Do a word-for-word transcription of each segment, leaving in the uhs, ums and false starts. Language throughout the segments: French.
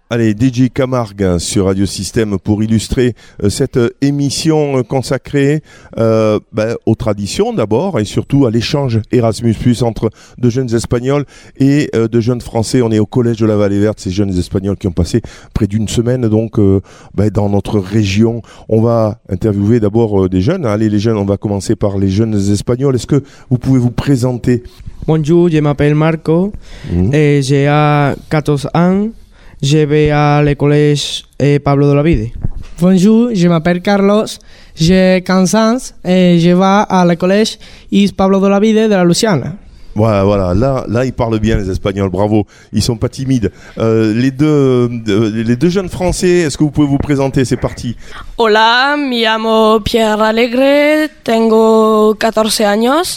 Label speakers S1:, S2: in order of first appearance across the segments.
S1: Allez, D J Camargue sur Radio Système pour illustrer euh, cette euh, émission euh, consacrée euh, ben, aux traditions d'abord et surtout à l'échange Erasmus plus entre de jeunes Espagnols et euh, de jeunes Français. On est au Collège de la Vallée Verte, ces jeunes Espagnols qui ont passé près d'une semaine donc euh, ben, dans notre région. On va interviewer d'abord euh, des jeunes. Allez les jeunes, on va commencer par les jeunes Espagnols. Est-ce que vous pouvez vous présenter?
S2: Bonjour, je m'appelle Marco mmh. et j'ai quatorze ans. Je vais à l'école eh, Pablo de Olavide.
S3: Bonjour, je m'appelle Carlos, j'ai quinze ans et je vais à l'école Is Pablo de Olavide de la Louisiane.
S1: Voilà, voilà. Là, là, ils parlent bien les Espagnols. Bravo. Ils sont pas timides. Euh, les deux, euh, les deux jeunes Français. Est-ce que vous pouvez vous présenter? C'est parti.
S4: Hola, me llamo Pierre Alegre, tengo catorce años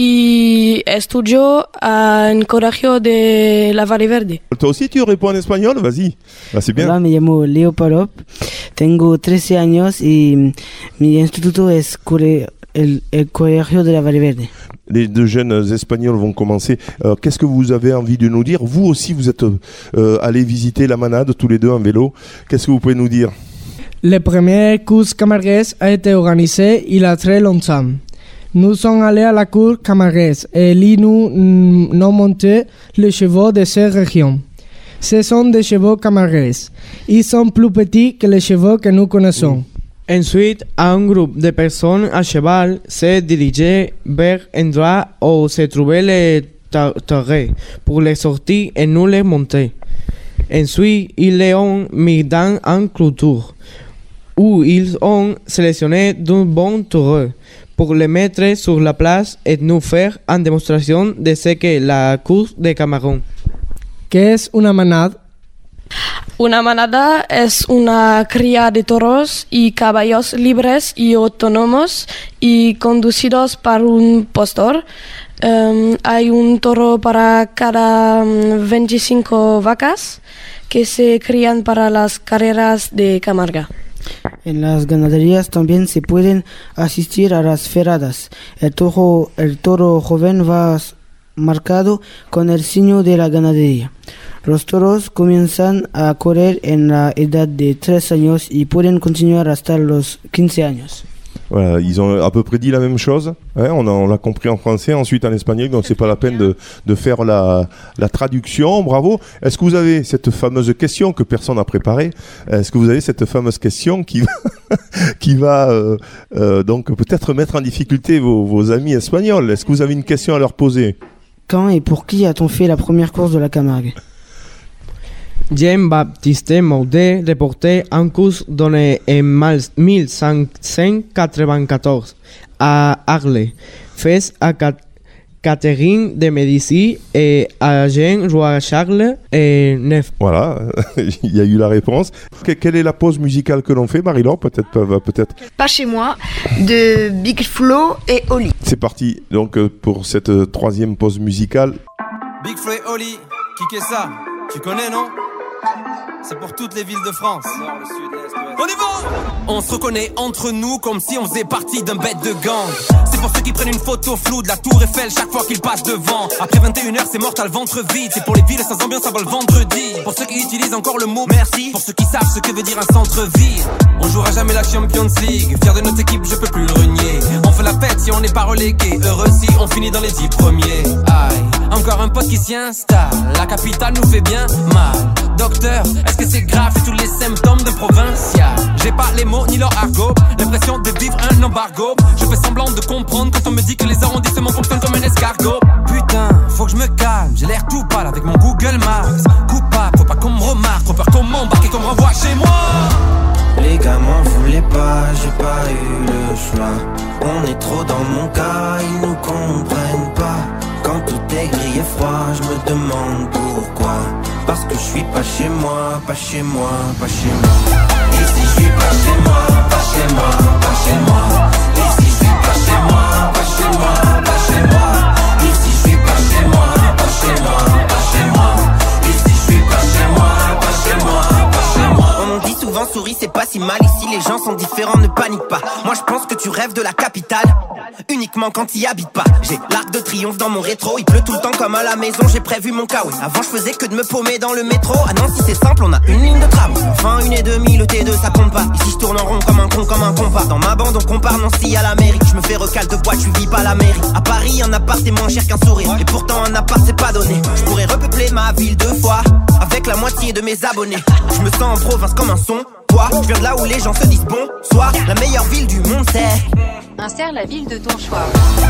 S4: y estudio en colegio de la Valle Verde.
S1: Toi aussi, tu réponds en espagnol? Vas-y. Ah, c'est bien.
S5: Hola, me llamo Leo Palop, tengo trece años y mi instituto es cole- el, el colegio de la Valle Verde.
S1: Les deux jeunes Espagnols vont commencer. Euh, qu'est-ce que vous avez envie de nous dire? Vous aussi, vous êtes euh, allés visiter la Manade, tous les deux en vélo. Qu'est-ce que vous pouvez nous dire?
S3: Le premier cours camarguès a été organisé il y a très longtemps. Nous sommes allés à la cour camarguès et là nous mm, avons monté les chevaux de cette région. Ce sont des chevaux camarguès. Ils sont plus petits que les chevaux que nous connaissons.
S2: Mm. Ensuite, un groupe de personnes à cheval se dirigeait vers un endroit où se trouvaient les terrains pour les sortir et nous les monter. Ensuite, ils les ont mis dans un clôture où ils ont sélectionné d'un bon toureux pour les mettre sur la place et nous faire une démonstration de ce qu'est la course de Camarón.
S3: ¿Qué es una manada?
S4: Una manada es una cría de toros y caballos libres y autónomos y conducidos por un pastor. Um, hay un toro para cada um, veinticinco vacas que se crían para las carreras de Camarga.
S5: En las ganaderías también se pueden asistir a las feradas. El toro, el toro joven va marcado con el signo de la ganadería. Los toros comienzan a correr en la edad de tres años y pueden continuar hasta los quinze años.
S1: Voilà, ils ont à peu près dit la même chose. Hein, on, a, on l'a compris en français, ensuite en espagnol, donc c'est pas la peine de, de faire la, la traduction. Bravo. Est-ce que vous avez cette fameuse question que personne n'a préparée? Est-ce que vous avez cette fameuse question qui va, qui va euh, euh, donc peut-être mettre en difficulté vos, vos amis espagnols? Est-ce que vous avez une question à leur poser?
S5: Quand et pour qui a-t-on fait la première course de la Camargue?
S2: Jean-Baptiste Maudet reportait un cours donné en mille cinq cent quatre-vingt-quatorze à Arles, fait à Catherine de Médicis et à Jean-Roi Charles et neuf.
S1: Voilà, il y a eu la réponse. Quelle est la pause musicale que l'on fait, Marie-Laure? Peut-être, peut-être.
S6: Pas chez moi, de Big Flo et Oli.
S1: C'est parti, donc, pour cette troisième pause musicale.
S7: Big Flo et Oli, qui est ça? Tu connais, non? C'est pour toutes les villes de France. Nord, le sud, l'est, l'ouest. On y va! On se reconnaît entre nous comme si on faisait partie d'un bête de gang. C'est pour ceux qui prennent une photo floue de la tour Eiffel chaque fois qu'ils passent devant. Après vingt et une heures, c'est mort, t'as le ventre vide. C'est pour les villes sans ambiance, ça va le vendredi. Pour ceux qui utilisent encore le mot merci. Pour ceux qui savent ce que veut dire un centre-ville. On jouera jamais la Champions League. Fier de notre équipe, je peux plus le renier. On fait la fête si on n'est pas relégué. Heureux si on finit dans les dix premiers. Aïe, encore un pote qui s'y installe. La capitale nous fait bien mal. Docteur, est-ce que c'est grave? C'est tous les symptômes de provincial. J'ai pas les mots ni leur argot. L'impression de vivre un embargo. Je fais semblant de comprendre quand on me dit que les arrondissements fonctionnent comme un escargot. Putain, faut que je me calme. J'ai l'air tout pâle avec mon Google Maps. Coupable, faut pas qu'on me remarque. Trop peur qu'on m'embarque et qu'on me renvoie chez moi.
S8: Les gars m'en voulaient pas, j'ai pas eu le choix. On est trop dans mon cas, ils nous comprennent pas. Quand tout est gris et froid, je me demande pourquoi. Parce que je suis pas chez moi, pas chez moi, pas chez moi. Ici je suis pas chez moi, pas chez moi, pas chez moi. Ici je suis pas chez moi, pas chez moi, pas chez moi. Ici je suis pas chez moi, pas chez moi, pas chez moi. Ici je suis pas chez moi, pas chez moi, pas chez moi. On me dit souvent souris, c'est pas si mal. Ici les gens sont différents, ne panique pas. Moi je pense que tu rêves de la capitale uniquement quand t'y habites pas. J'ai l'arc de triomphe dans mon rétro. Il pleut tout le temps comme à la maison, j'ai prévu mon cas, oui. Avant je faisais que de me paumer dans le métro. Ah non, si c'est simple, on a une ligne de tram. Enfin une et demie, le T deux ça compte pas. Ici je tourne en rond comme un con, comme un compas. Dans ma bande on compare Nancy à l'Amérique. Je me fais recal de boîte, je vis pas la mairie. À Paris un appart est moins cher qu'un sourire. Et pourtant un appart c'est pas donné. Je pourrais repeupler ma ville deux fois avec la moitié de mes abonnés. Je me sens en province comme un son. Toi, je viens de là où les gens se disent bon soir. La meilleure ville du monde c'est...
S9: Insère la ville de ton choix.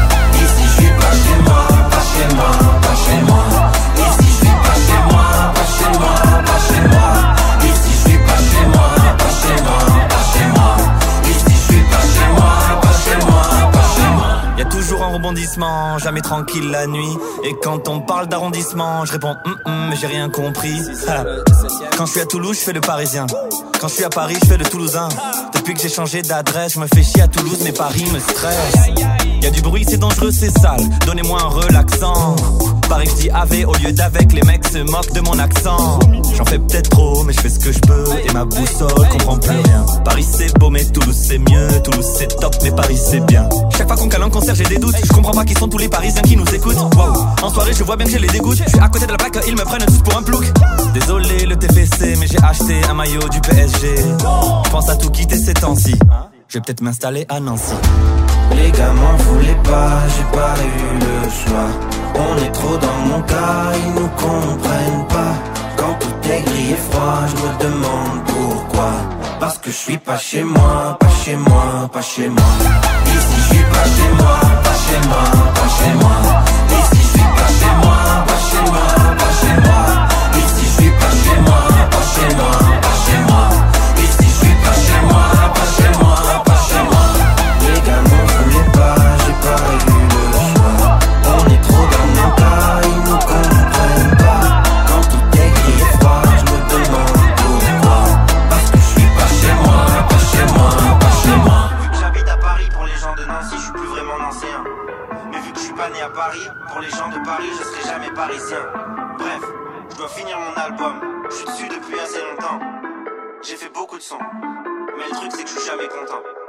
S8: Ici je suis pas chez moi, pas chez moi, pas chez moi. Ici je suis pas chez moi, pas chez moi, pas chez moi. Ici je suis pas chez moi, pas chez moi, pas chez moi. Ici je suis pas chez moi, pas chez moi, pas chez moi.
S10: Y'a toujours un rebondissement, jamais tranquille la nuit. Et quand on parle d'arrondissement, je réponds hum hum, mais j'ai rien compris. Ha. Quand je suis à Toulouse, je fais le parisien. Quand je suis à Paris, je fais le toulousain. Depuis que j'ai changé d'adresse, je me fais chier à Toulouse, mais Paris me stresse. Y'a du bruit, c'est dangereux, c'est sale. Donnez-moi un relaxant. Pareil que je dis A V au lieu d'avec, les mecs se moquent de mon accent. J'en fais peut-être trop, mais je fais ce que je peux. Et ma boussole comprend plus rien. Paris c'est beau, mais Toulouse c'est mieux. Toulouse c'est top, mais Paris c'est bien. Chaque fois qu'on cale un concert, j'ai des doutes. Je comprends pas qui sont tous les Parisiens qui nous écoutent. Wow. En soirée, je vois bien que j'ai les dégoûte. Je suis à côté de la plaque, ils me prennent tous pour un plouc. Désolé le T F C, mais j'ai acheté un maillot du P S G. Je pense à tout quitter ces temps-ci. Je vais peut-être m'installer à Nancy.
S8: Les gars m'en voulaient pas, j'ai pas eu le choix. On est trop dans mon cas, ils nous comprennent pas. Quand tout est gris et froid, je me demande pourquoi. Parce que je suis pas chez moi, pas chez moi, pas chez moi. Ici je suis pas chez moi, pas chez moi, pas chez moi. Ici je suis pas chez moi, pas chez moi, pas chez moi. Ici je suis pas chez moi, pas chez moi, pas chez moi. Ici je suis pas chez moi, pas chez moi, pas chez moi. Les gars m'en voulaient pas, j'ai pas eu le choix. On est trop dans mon cas, ils nous comprennent pas. Quand tout est gris et froid, je me demande pourquoi. Parce que je suis pas chez moi, pas chez moi, pas chez moi. Vu que j'habite à Paris, pour les gens de Nancy, je suis plus vraiment nancéen. Mais vu que je suis pas né à Paris, pour les gens de Paris, je serai jamais parisien. Bref, je dois finir mon album. Je suis dessus depuis assez longtemps. J'ai fait beaucoup de sons, mais le truc c'est que je suis jamais content.